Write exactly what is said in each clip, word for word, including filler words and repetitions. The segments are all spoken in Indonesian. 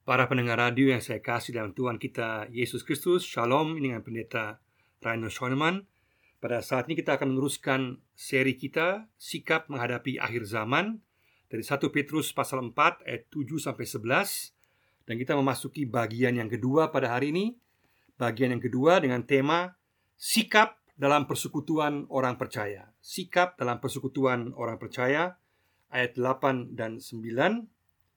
Para pendengar radio yang saya kasih dalam Tuhan kita Yesus Kristus, Shalom. Ini dengan Pendeta Rainer Schoenemann. Pada saat ini kita akan meneruskan seri kita Sikap Menghadapi Akhir Zaman dari satu Petrus pasal empat ayat tujuh sampai sebelas. Dan kita memasuki bagian yang kedua pada hari ini. Bagian yang kedua dengan tema Sikap dalam Persekutuan Orang Percaya. Sikap dalam Persekutuan Orang Percaya, ayat delapan dan sembilan.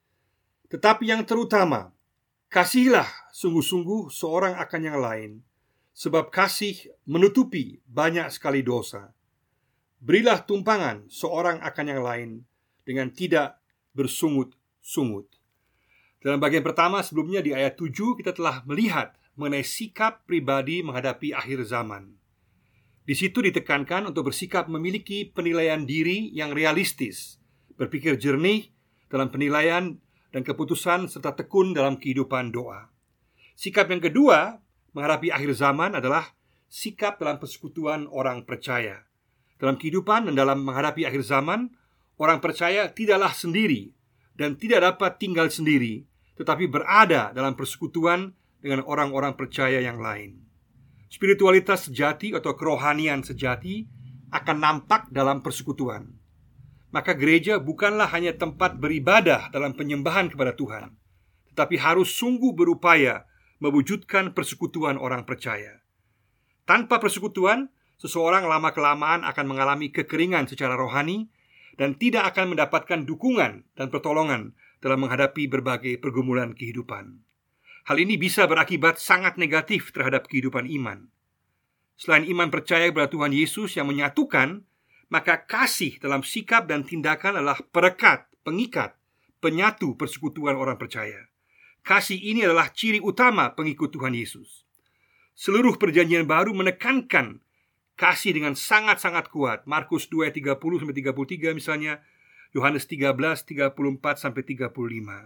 Tetapi yang terutama, kasihilah sungguh-sungguh seorang akan yang lain, sebab kasih menutupi banyak sekali dosa. Berilah tumpangan seorang akan yang lain dengan tidak bersungut-sungut. Dalam bagian pertama sebelumnya di ayat tujuh kita telah melihat mengenai sikap pribadi menghadapi akhir zaman. Di situ ditekankan untuk bersikap memiliki penilaian diri yang realistis, berpikir jernih dalam penilaian dan keputusan serta tekun dalam kehidupan doa. Sikap yang kedua menghadapi akhir zaman adalah sikap dalam persekutuan orang percaya. Dalam kehidupan dan dalam menghadapi akhir zaman, orang percaya tidaklah sendiri dan tidak dapat tinggal sendiri, tetapi berada dalam persekutuan dengan orang-orang percaya yang lain. Spiritualitas sejati atau kerohanian sejati akan nampak dalam persekutuan. Maka gereja bukanlah hanya tempat beribadah dalam penyembahan kepada Tuhan, tetapi harus sungguh berupaya mewujudkan persekutuan orang percaya. Tanpa persekutuan, seseorang lama-kelamaan akan mengalami kekeringan secara rohani dan tidak akan mendapatkan dukungan dan pertolongan dalam menghadapi berbagai pergumulan kehidupan. Hal ini bisa berakibat sangat negatif terhadap kehidupan iman. Selain iman percaya kepada Tuhan Yesus yang menyatukan, maka kasih dalam sikap dan tindakan adalah perekat, pengikat, penyatu persekutuan orang percaya. Kasih ini adalah ciri utama pengikut Tuhan Yesus. Seluruh perjanjian baru menekankan kasih dengan sangat-sangat kuat. Markus dua ayat tiga puluh sampai tiga puluh tiga misalnya, Yohanes tiga belas tiga puluh empat sampai tiga puluh lima.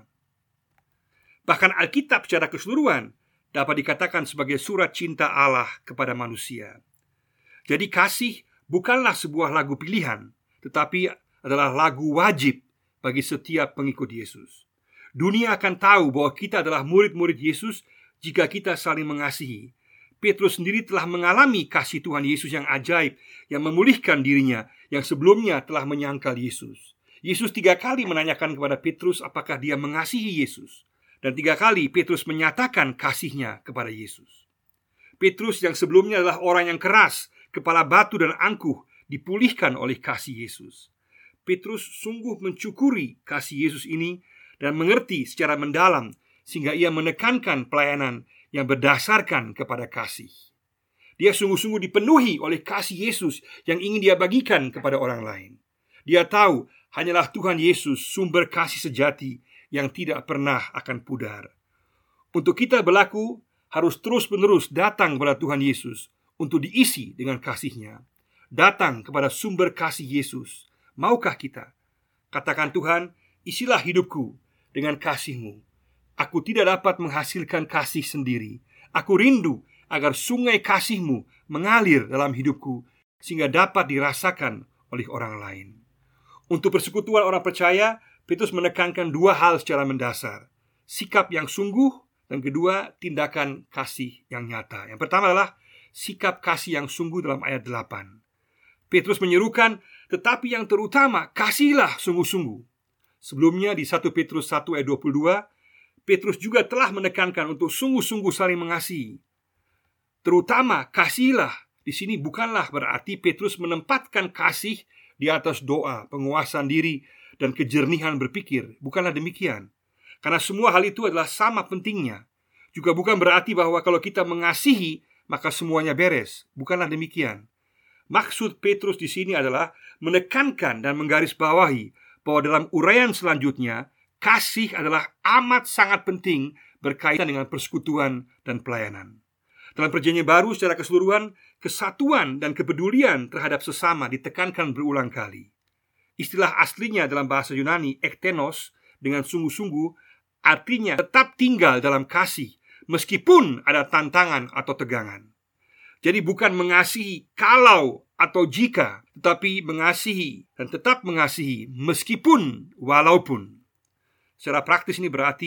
Bahkan Alkitab secara keseluruhan dapat dikatakan sebagai surat cinta Allah kepada manusia. Jadi kasih bukanlah sebuah lagu pilihan, tetapi adalah lagu wajib bagi setiap pengikut Yesus. Dunia akan tahu bahwa kita adalah murid-murid Yesus jika kita saling mengasihi. Petrus sendiri telah mengalami kasih Tuhan Yesus yang ajaib, yang memulihkan dirinya, yang sebelumnya telah menyangkal Yesus. Yesus tiga kali menanyakan kepada Petrus apakah dia mengasihi Yesus. Dan tiga kali Petrus menyatakan kasihnya kepada Yesus. Petrus yang sebelumnya adalah orang yang keras, kepala batu dan angkuh, dipulihkan oleh kasih Yesus. Petrus sungguh mencukuri kasih Yesus ini dan mengerti secara mendalam, sehingga ia menekankan pelayanan yang berdasarkan kepada kasih. Dia sungguh-sungguh dipenuhi oleh kasih Yesus yang ingin dia bagikan kepada orang lain. Dia tahu hanyalah Tuhan Yesus sumber kasih sejati yang tidak pernah akan pudar. Untuk kita berlaku harus terus-menerus datang kepada Tuhan Yesus untuk diisi dengan kasih-Nya. Datang kepada sumber kasih Yesus. Maukah kita? Katakan, Tuhan, isilah hidupku dengan kasih-Mu. Aku tidak dapat menghasilkan kasih sendiri. Aku rindu agar sungai kasih-Mu mengalir dalam hidupku, sehingga dapat dirasakan oleh orang lain. Untuk persekutuan orang percaya, Petrus menekankan dua hal secara mendasar. Sikap yang sungguh, dan kedua, tindakan kasih yang nyata. Yang pertama adalah sikap kasih yang sungguh dalam ayat delapan. Petrus menyerukan, tetapi yang terutama, kasihilah sungguh-sungguh. Sebelumnya di satu Petrus satu ayat dua puluh dua, Petrus juga telah menekankan untuk sungguh-sungguh saling mengasihi. Terutama kasihilah. Di sini bukanlah berarti Petrus menempatkan kasih di atas doa, penguasaan diri, dan kejernihan berpikir. Bukanlah demikian. Karena semua hal itu adalah sama pentingnya. Juga bukan berarti bahwa kalau kita mengasihi maka semuanya beres. Bukanlah demikian. Maksud Petrus di sini adalah menekankan dan menggarisbawahi bahwa dalam uraian selanjutnya, kasih adalah amat sangat penting berkaitan dengan persekutuan dan pelayanan. Dalam perjanjian baru secara keseluruhan, kesatuan dan kepedulian terhadap sesama ditekankan berulang kali. Istilah aslinya dalam bahasa Yunani, ektenos, dengan sungguh-sungguh, artinya tetap tinggal dalam kasih, meskipun ada tantangan atau tegangan. Jadi bukan mengasihi kalau atau jika, tetapi mengasihi dan tetap mengasihi meskipun walaupun. Secara praktis ini berarti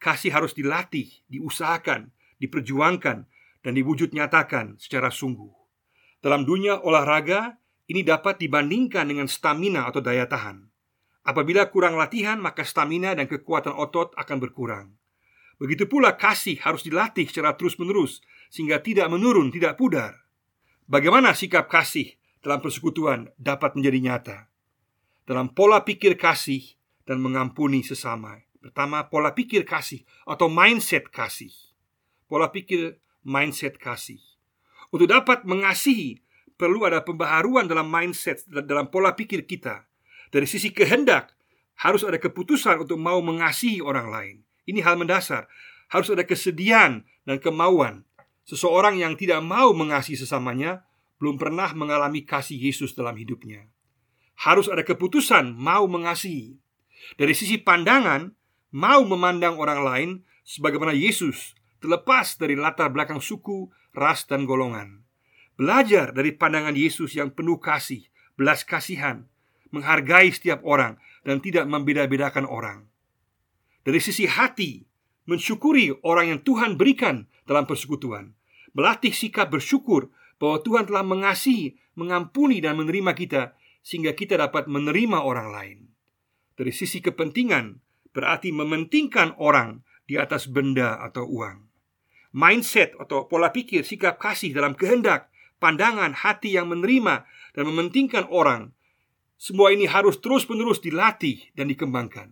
kasih harus dilatih, diusahakan, diperjuangkan, dan diwujud nyatakan secara sungguh. Dalam dunia olahraga, ini dapat dibandingkan dengan stamina atau daya tahan. Apabila kurang latihan, maka stamina dan kekuatan otot akan berkurang. Begitu pula kasih harus dilatih secara terus-menerus, sehingga tidak menurun, tidak pudar. Bagaimana sikap kasih dalam persekutuan dapat menjadi nyata? Dalam pola pikir kasih dan mengampuni sesama. Pertama, pola pikir kasih atau mindset kasih. Pola pikir mindset kasih. Untuk dapat mengasihi, perlu ada pembaharuan dalam mindset, dalam pola pikir kita. Dari sisi kehendak, harus ada keputusan untuk mau mengasihi orang lain. Ini hal mendasar. Harus ada kesediaan dan kemauan. Seseorang yang tidak mau mengasihi sesamanya belum pernah mengalami kasih Yesus dalam hidupnya. Harus ada keputusan mau mengasihi. Dari sisi pandangan, mau memandang orang lain sebagaimana Yesus, terlepas dari latar belakang suku, ras, dan golongan. Belajar dari pandangan Yesus yang penuh kasih, belas kasihan, menghargai setiap orang, dan tidak membeda-bedakan orang. Dari sisi hati, mensyukuri orang yang Tuhan berikan dalam persekutuan. Melatih sikap bersyukur bahwa Tuhan telah mengasihi, mengampuni, dan menerima kita, sehingga kita dapat menerima orang lain. Dari sisi kepentingan, berarti mementingkan orang di atas benda atau uang. Mindset atau pola pikir sikap kasih dalam kehendak, pandangan, hati yang menerima dan mementingkan orang. Semua ini harus terus-menerus dilatih dan dikembangkan.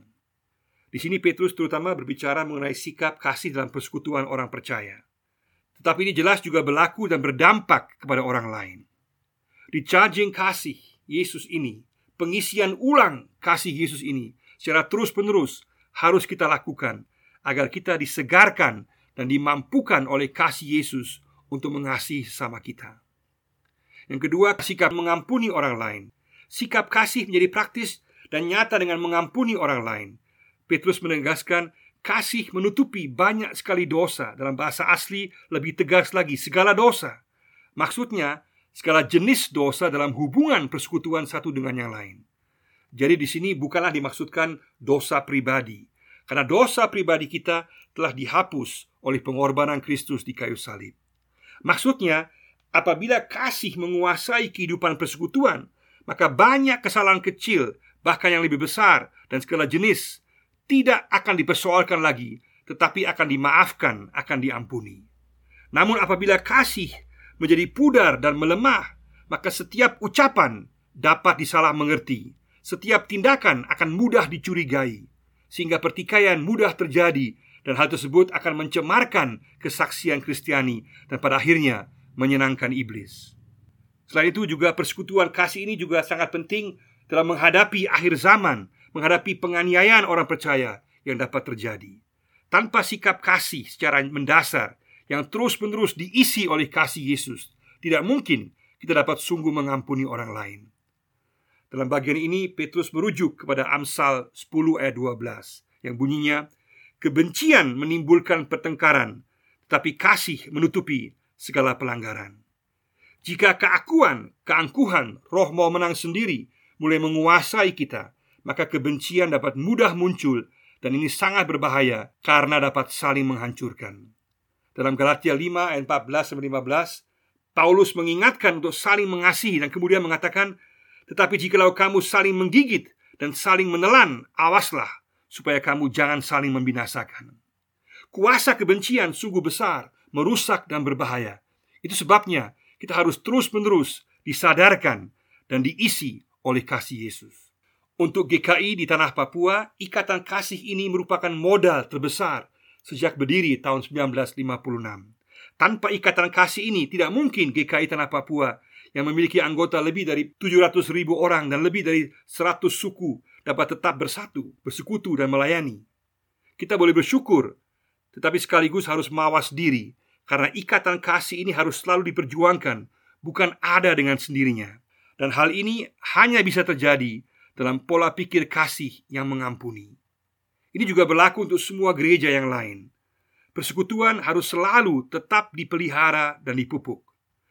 Di sini Petrus terutama berbicara mengenai sikap kasih dalam persekutuan orang percaya. Tetapi ini jelas juga berlaku dan berdampak kepada orang lain. Recharging kasih Yesus ini, pengisian ulang kasih Yesus ini secara terus-menerus harus kita lakukan agar kita disegarkan dan dimampukan oleh kasih Yesus untuk mengasihi sesama kita. Yang kedua, sikap mengampuni orang lain. Sikap kasih menjadi praktis dan nyata dengan mengampuni orang lain. Petrus menegaskan kasih menutupi banyak sekali dosa. Dalam bahasa asli lebih tegas lagi, segala dosa. Maksudnya segala jenis dosa dalam hubungan persekutuan satu dengan yang lain. Jadi di sini bukanlah dimaksudkan dosa pribadi, karena dosa pribadi kita telah dihapus oleh pengorbanan Kristus di kayu salib. Maksudnya, apabila kasih menguasai kehidupan persekutuan, maka banyak kesalahan kecil, bahkan yang lebih besar dan segala jenis, tidak akan dipersoalkan lagi, tetapi akan dimaafkan, akan diampuni. Namun apabila kasih menjadi pudar dan melemah, maka setiap ucapan dapat disalah mengerti. Setiap tindakan akan mudah dicurigai, sehingga pertikaian mudah terjadi, dan hal tersebut akan mencemarkan kesaksian Kristiani dan pada akhirnya menyenangkan iblis. Selain itu juga persekutuan kasih ini juga sangat penting dalam menghadapi akhir zaman, menghadapi penganiayaan orang percaya yang dapat terjadi. Tanpa sikap kasih secara mendasar yang terus-menerus diisi oleh kasih Yesus, tidak mungkin kita dapat sungguh mengampuni orang lain. Dalam bagian ini Petrus merujuk kepada Amsal sepuluh ayat dua belas yang bunyinya, kebencian menimbulkan pertengkaran, tetapi kasih menutupi segala pelanggaran. Jika keakuan, keangkuhan, roh mau menang sendiri mulai menguasai kita, maka kebencian dapat mudah muncul, dan ini sangat berbahaya karena dapat saling menghancurkan. Dalam Galatia lima ayat empat belas sampai lima belas, Paulus mengingatkan untuk saling mengasihi dan kemudian mengatakan, tetapi jikalau kamu saling menggigit dan saling menelan, awaslah supaya kamu jangan saling membinasakan. Kuasa kebencian sungguh besar, merusak dan berbahaya. Itu sebabnya kita harus terus-menerus disadarkan dan diisi oleh kasih Yesus. Untuk G K I di tanah Papua, ikatan kasih ini merupakan modal terbesar sejak berdiri tahun seribu sembilan ratus lima puluh enam. Tanpa ikatan kasih ini, tidak mungkin G K I tanah Papua yang memiliki anggota lebih dari tujuh ratus ribu orang dan lebih dari seratus suku dapat tetap bersatu, bersekutu dan melayani. Kita boleh bersyukur, tetapi sekaligus harus mawas diri, karena ikatan kasih ini harus selalu diperjuangkan, bukan ada dengan sendirinya. Dan hal ini hanya bisa terjadi dalam pola pikir kasih yang mengampuni. Ini juga berlaku untuk semua gereja yang lain. Persekutuan harus selalu tetap dipelihara dan dipupuk.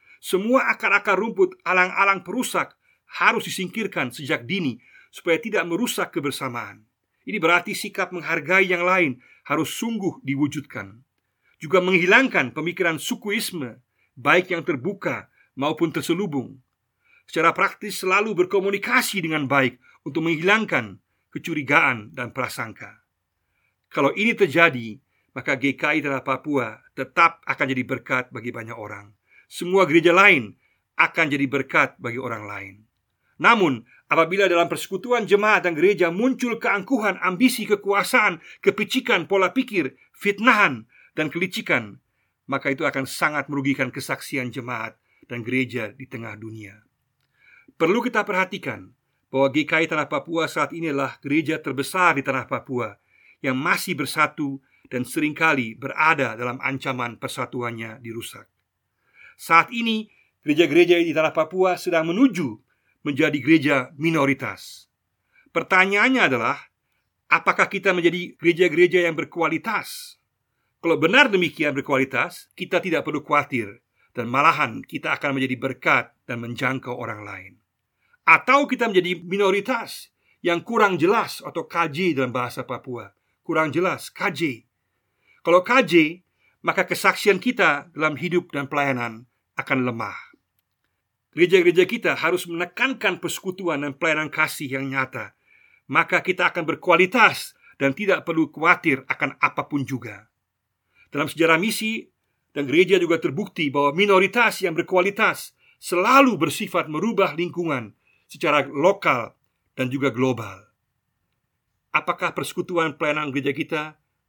Semua akar-akar rumput, alang-alang perusak harus disingkirkan sejak dini supaya tidak merusak kebersamaan. Ini berarti sikap menghargai yang lain harus sungguh diwujudkan. Juga menghilangkan pemikiran sukuisme, baik yang terbuka maupun terselubung. Secara praktis selalu berkomunikasi dengan baik untuk menghilangkan kecurigaan dan prasangka. Kalau ini terjadi, maka G K I Tanah Papua tetap akan jadi berkat bagi banyak orang. Semua gereja lain akan jadi berkat bagi orang lain. Namun, apabila dalam persekutuan jemaat dan gereja muncul keangkuhan, ambisi, kekuasaan, kepicikan, pola pikir, fitnahan, dan kelicikan, maka itu akan sangat merugikan kesaksian jemaat dan gereja di tengah dunia. Perlu kita perhatikan bahwa G K I Tanah Papua saat ini adalah gereja terbesar di Tanah Papua yang masih bersatu dan seringkali berada dalam ancaman persatuannya dirusak. Saat ini, gereja-gereja di Tanah Papua sedang menuju menjadi gereja minoritas. Pertanyaannya adalah, apakah kita menjadi gereja-gereja yang berkualitas? Kalau benar demikian berkualitas, kita tidak perlu khawatir, dan malahan kita akan menjadi berkat dan menjangkau orang lain. Atau kita menjadi minoritas yang kurang jelas, atau K J dalam bahasa Papua. Kurang jelas, K J. Kalau K J, maka kesaksian kita dalam hidup dan pelayanan akan lemah. Gereja-gereja kita harus menekankan persekutuan dan pelayanan kasih yang nyata. Maka kita akan berkualitas dan tidak perlu khawatir akan apapun juga. Dalam sejarah misi dan gereja juga terbukti bahwa minoritas yang berkualitas selalu bersifat merubah lingkungan secara lokal dan juga global. Apakah persekutuan pelayanan gereja kita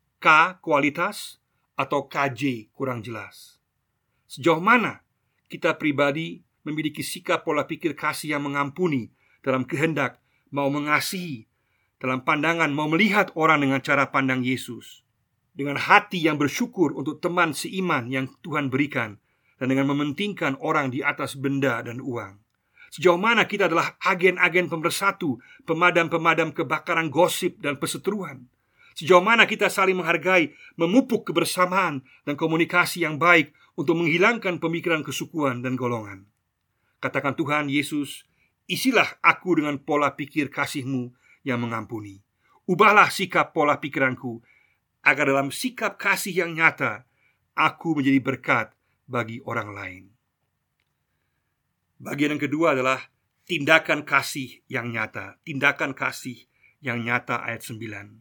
K kualitas atau K J kurang jelas? Sejauh mana kita pribadi memiliki sikap pola pikir kasih yang mengampuni dalam kehendak mau mengasihi, dalam pandangan mau melihat orang dengan cara pandang Yesus, dengan hati yang bersyukur untuk teman seiman yang Tuhan berikan, dan dengan mementingkan orang di atas benda dan uang. Sejauh mana kita adalah agen-agen pemersatu, pemadam-pemadam kebakaran gosip dan perseteruan. Sejauh mana kita saling menghargai, memupuk kebersamaan dan komunikasi yang baik untuk menghilangkan pemikiran kesukuan dan golongan. Katakan Tuhan Yesus, isilah aku dengan pola pikir kasih-Mu yang mengampuni. Ubahlah sikap pola pikiranku, agar dalam sikap kasih yang nyata, aku menjadi berkat bagi orang lain. Bagian yang kedua adalah tindakan kasih yang nyata. Tindakan kasih yang nyata ayat sembilan.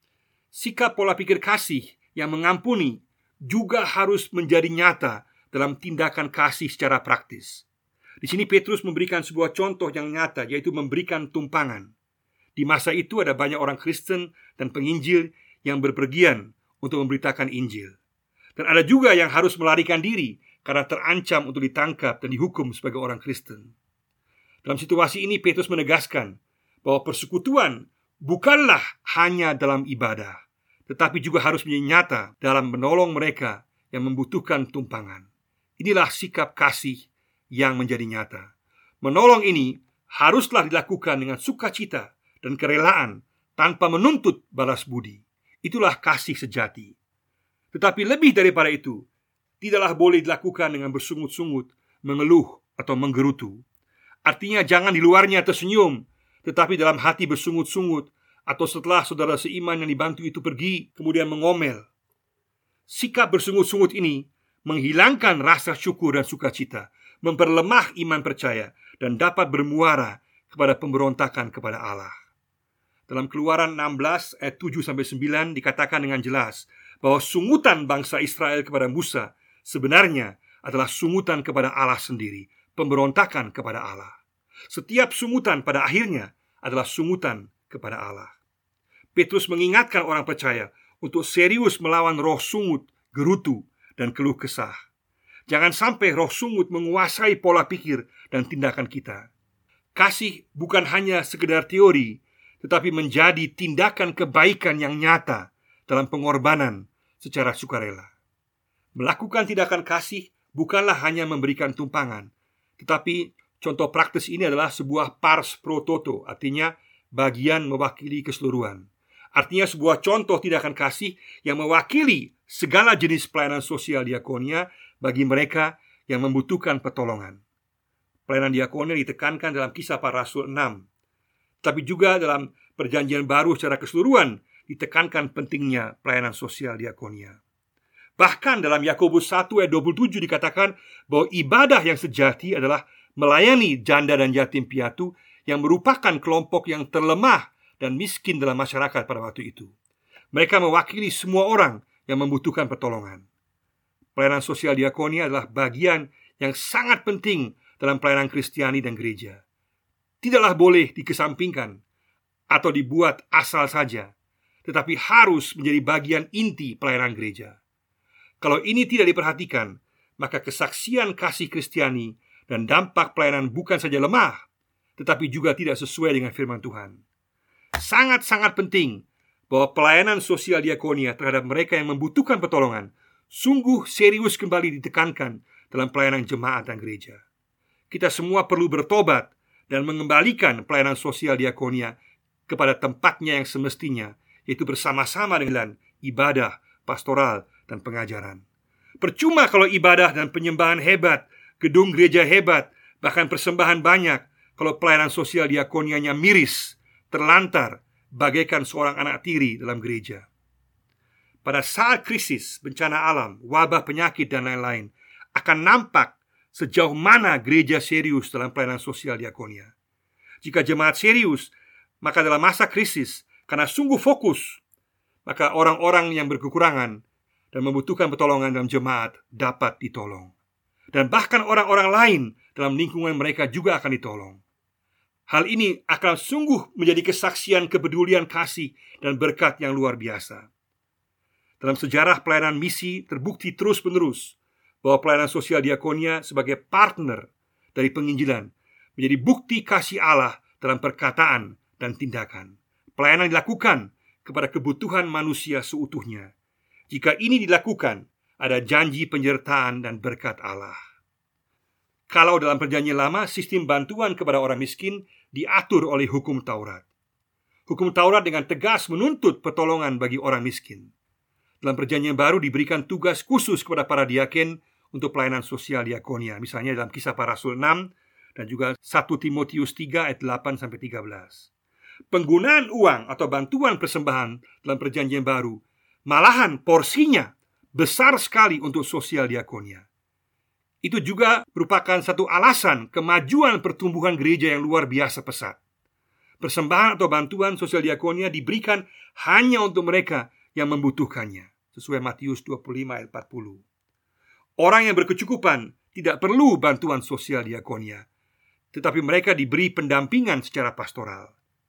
Sikap pola pikir kasih yang mengampuni juga harus menjadi nyata dalam tindakan kasih secara praktis. Di sini Petrus memberikan sebuah contoh yang nyata, yaitu memberikan tumpangan. Di masa itu ada banyak orang Kristen dan penginjil yang berpergian untuk memberitakan Injil. Dan ada juga yang harus melarikan diri karena terancam untuk ditangkap dan dihukum sebagai orang Kristen. Dalam situasi ini Petrus menegaskan bahwa persekutuan bukanlah hanya dalam ibadah, tetapi juga harus menjadi nyata dalam menolong mereka yang membutuhkan tumpangan. Inilah sikap kasih yang menjadi nyata. Menolong ini haruslah dilakukan dengan sukacita dan kerelaan tanpa menuntut balas budi. Itulah kasih sejati. Tetapi lebih daripada itu, tidaklah boleh dilakukan dengan bersungut-sungut, mengeluh atau menggerutu. Artinya jangan di luarnya tersenyum, tetapi dalam hati bersungut-sungut, atau setelah saudara seiman yang dibantu itu pergi, kemudian mengomel. Sikap bersungut-sungut ini menghilangkan rasa syukur dan sukacita, memperlemah iman percaya, dan dapat bermuara kepada pemberontakan kepada Allah. Dalam Keluaran enam belas ayat tujuh sampai sembilan dikatakan dengan jelas bahwa sungutan bangsa Israel kepada Musa sebenarnya adalah sungutan kepada Allah sendiri, pemberontakan kepada Allah. Setiap sungutan pada akhirnya adalah sungutan kepada Allah. Petrus mengingatkan orang percaya untuk serius melawan roh sungut, gerutu, dan keluh kesah. Jangan sampai roh sungut menguasai pola pikir dan tindakan kita. Kasih bukan hanya sekedar teori, tetapi menjadi tindakan kebaikan yang nyata dalam pengorbanan secara sukarela. Melakukan tindakan kasih bukanlah hanya memberikan tumpangan, tetapi contoh praktis ini adalah sebuah pars pro toto, artinya bagian mewakili keseluruhan. Artinya sebuah contoh tindakan kasih yang mewakili segala jenis pelayanan sosial diakonia bagi mereka yang membutuhkan pertolongan. Pelayanan diakonia ditekankan dalam Kisah Para Rasul enam, tapi juga dalam Perjanjian Baru secara keseluruhan ditekankan pentingnya pelayanan sosial diakonia. Bahkan dalam Yakobus satu ayat dua puluh tujuh dikatakan bahwa ibadah yang sejati adalah melayani janda dan yatim piatu yang merupakan kelompok yang terlemah dan miskin dalam masyarakat pada waktu itu. Mereka mewakili semua orang yang membutuhkan pertolongan. Pelayanan sosial diakonia adalah bagian yang sangat penting dalam pelayanan Kristiani dan gereja. Tidaklah boleh dikesampingkan atau dibuat asal saja, tetapi harus menjadi bagian inti pelayanan gereja. Kalau ini tidak diperhatikan, maka kesaksian kasih Kristiani dan dampak pelayanan bukan saja lemah, tetapi juga tidak sesuai dengan firman Tuhan. Sangat-sangat penting bahwa pelayanan sosial diakonia terhadap mereka yang membutuhkan pertolongan sungguh serius kembali ditekankan dalam pelayanan jemaat dan gereja. Kita semua perlu bertobat dan mengembalikan pelayanan sosial diakonia kepada tempatnya yang semestinya, yaitu bersama-sama dengan ibadah, pastoral, dan pengajaran. Percuma kalau ibadah dan penyembahan hebat, gedung gereja hebat, bahkan persembahan banyak, kalau pelayanan sosial diakonianya miris, terlantar, bagaikan seorang anak tiri dalam gereja. Pada saat krisis, bencana alam, wabah penyakit, dan lain-lain, akan nampak sejauh mana gereja serius dalam pelayanan sosial diakonia. Jika jemaat serius, maka dalam masa krisis, karena sungguh fokus, maka orang-orang yang berkekurangan dan membutuhkan pertolongan dalam jemaat dapat ditolong. Dan bahkan orang-orang lain dalam lingkungan mereka juga akan ditolong. Hal ini akan sungguh menjadi kesaksian kepedulian kasih dan berkat yang luar biasa. Dalam sejarah pelayanan misi terbukti terus-menerus bahwa pelayanan sosial diakonia sebagai partner dari penginjilan menjadi bukti kasih Allah dalam perkataan dan tindakan. Pelayanan dilakukan kepada kebutuhan manusia seutuhnya. Jika ini dilakukan, ada janji penyertaan dan berkat Allah. Kalau dalam Perjanjian Lama, sistem bantuan kepada orang miskin diatur oleh hukum Taurat. Hukum Taurat dengan tegas menuntut pertolongan bagi orang miskin. Dalam Perjanjian Baru diberikan tugas khusus kepada para diaken untuk pelayanan sosial diakonia. Misalnya dalam Kisah Para Rasul enam dan juga satu Timotius tiga ayat delapan sampai tiga belas. Penggunaan uang atau bantuan persembahan dalam Perjanjian Baru malahan porsinya besar sekali untuk sosial diakonia. Itu juga merupakan satu alasan kemajuan pertumbuhan gereja yang luar biasa pesat. Persembahan atau bantuan sosial diakonia diberikan hanya untuk mereka yang membutuhkannya, sesuai Matius dua puluh lima ayat empat puluh. Orang yang berkecukupan tidak perlu bantuan sosial diakonia, tetapi mereka diberi pendampingan secara pastoral.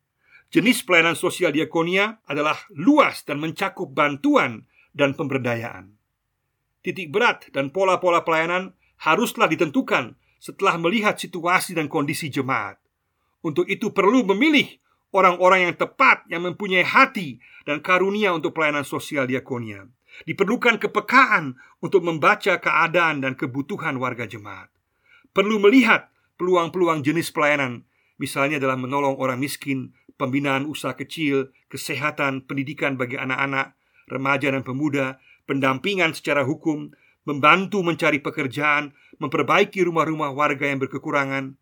Jenis pelayanan sosial diakonia adalah luas dan mencakup bantuan dan pemberdayaan. Titik berat dan pola-pola pelayanan haruslah ditentukan setelah melihat situasi dan kondisi jemaat. Untuk itu perlu memilih orang-orang yang tepat, yang mempunyai hati dan karunia untuk pelayanan sosial diakonia. Diperlukan kepekaan untuk membaca keadaan dan kebutuhan warga jemaat. Perlu melihat peluang-peluang jenis pelayanan, misalnya dalam menolong orang miskin, pembinaan usaha kecil, kesehatan, pendidikan bagi anak-anak, remaja dan pemuda, pendampingan secara hukum, membantu mencari pekerjaan, memperbaiki rumah-rumah warga yang berkekurangan.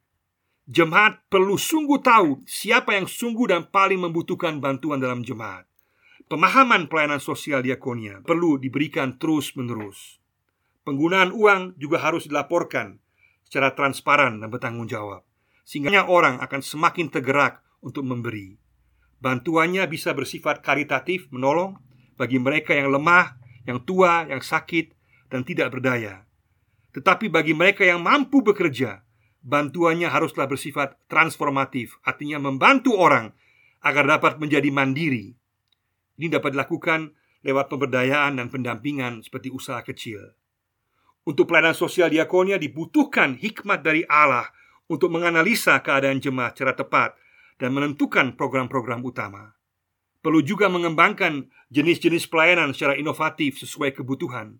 Jemaat perlu sungguh tahu siapa yang sungguh dan paling membutuhkan bantuan dalam jemaat. Pemahaman pelayanan sosial diakonia perlu diberikan terus-menerus. Penggunaan uang juga harus dilaporkan secara transparan dan bertanggung jawab, sehingga orang akan semakin tergerak untuk memberi. Bantuannya bisa bersifat karitatif, menolong bagi mereka yang lemah, yang tua, yang sakit, dan tidak berdaya. Tetapi bagi mereka yang mampu bekerja, bantuannya haruslah bersifat transformatif, artinya membantu orang agar dapat menjadi mandiri. Ini dapat dilakukan lewat pemberdayaan dan pendampingan seperti usaha kecil. Untuk pelayanan sosial diakonia dibutuhkan hikmat dari Allah untuk menganalisa keadaan jemaat secara tepat dan menentukan program-program utama. Perlu juga mengembangkan jenis-jenis pelayanan secara inovatif sesuai kebutuhan.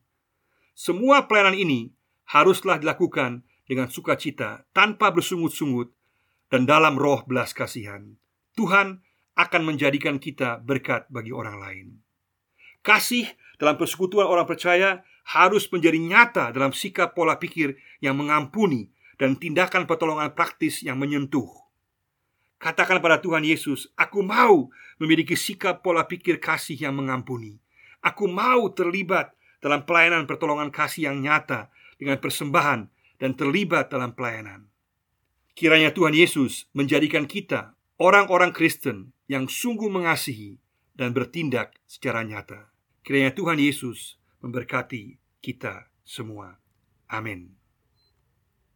Semua pelayanan ini haruslah dilakukan dengan sukacita, tanpa bersungut-sungut, dan dalam roh belas kasihan. Tuhan akan menjadikan kita berkat bagi orang lain. Kasih dalam persekutuan orang percaya harus menjadi nyata dalam sikap pola pikir yang mengampuni dan tindakan pertolongan praktis yang menyentuh. Katakan pada Tuhan Yesus, aku mau memiliki sikap pola pikir kasih yang mengampuni. Aku mau terlibat dalam pelayanan pertolongan kasih yang nyata dengan persembahan dan terlibat dalam pelayanan. Kiranya Tuhan Yesus menjadikan kita orang-orang Kristen yang sungguh mengasihi dan bertindak secara nyata. Kiranya Tuhan Yesus memberkati kita semua. Amin.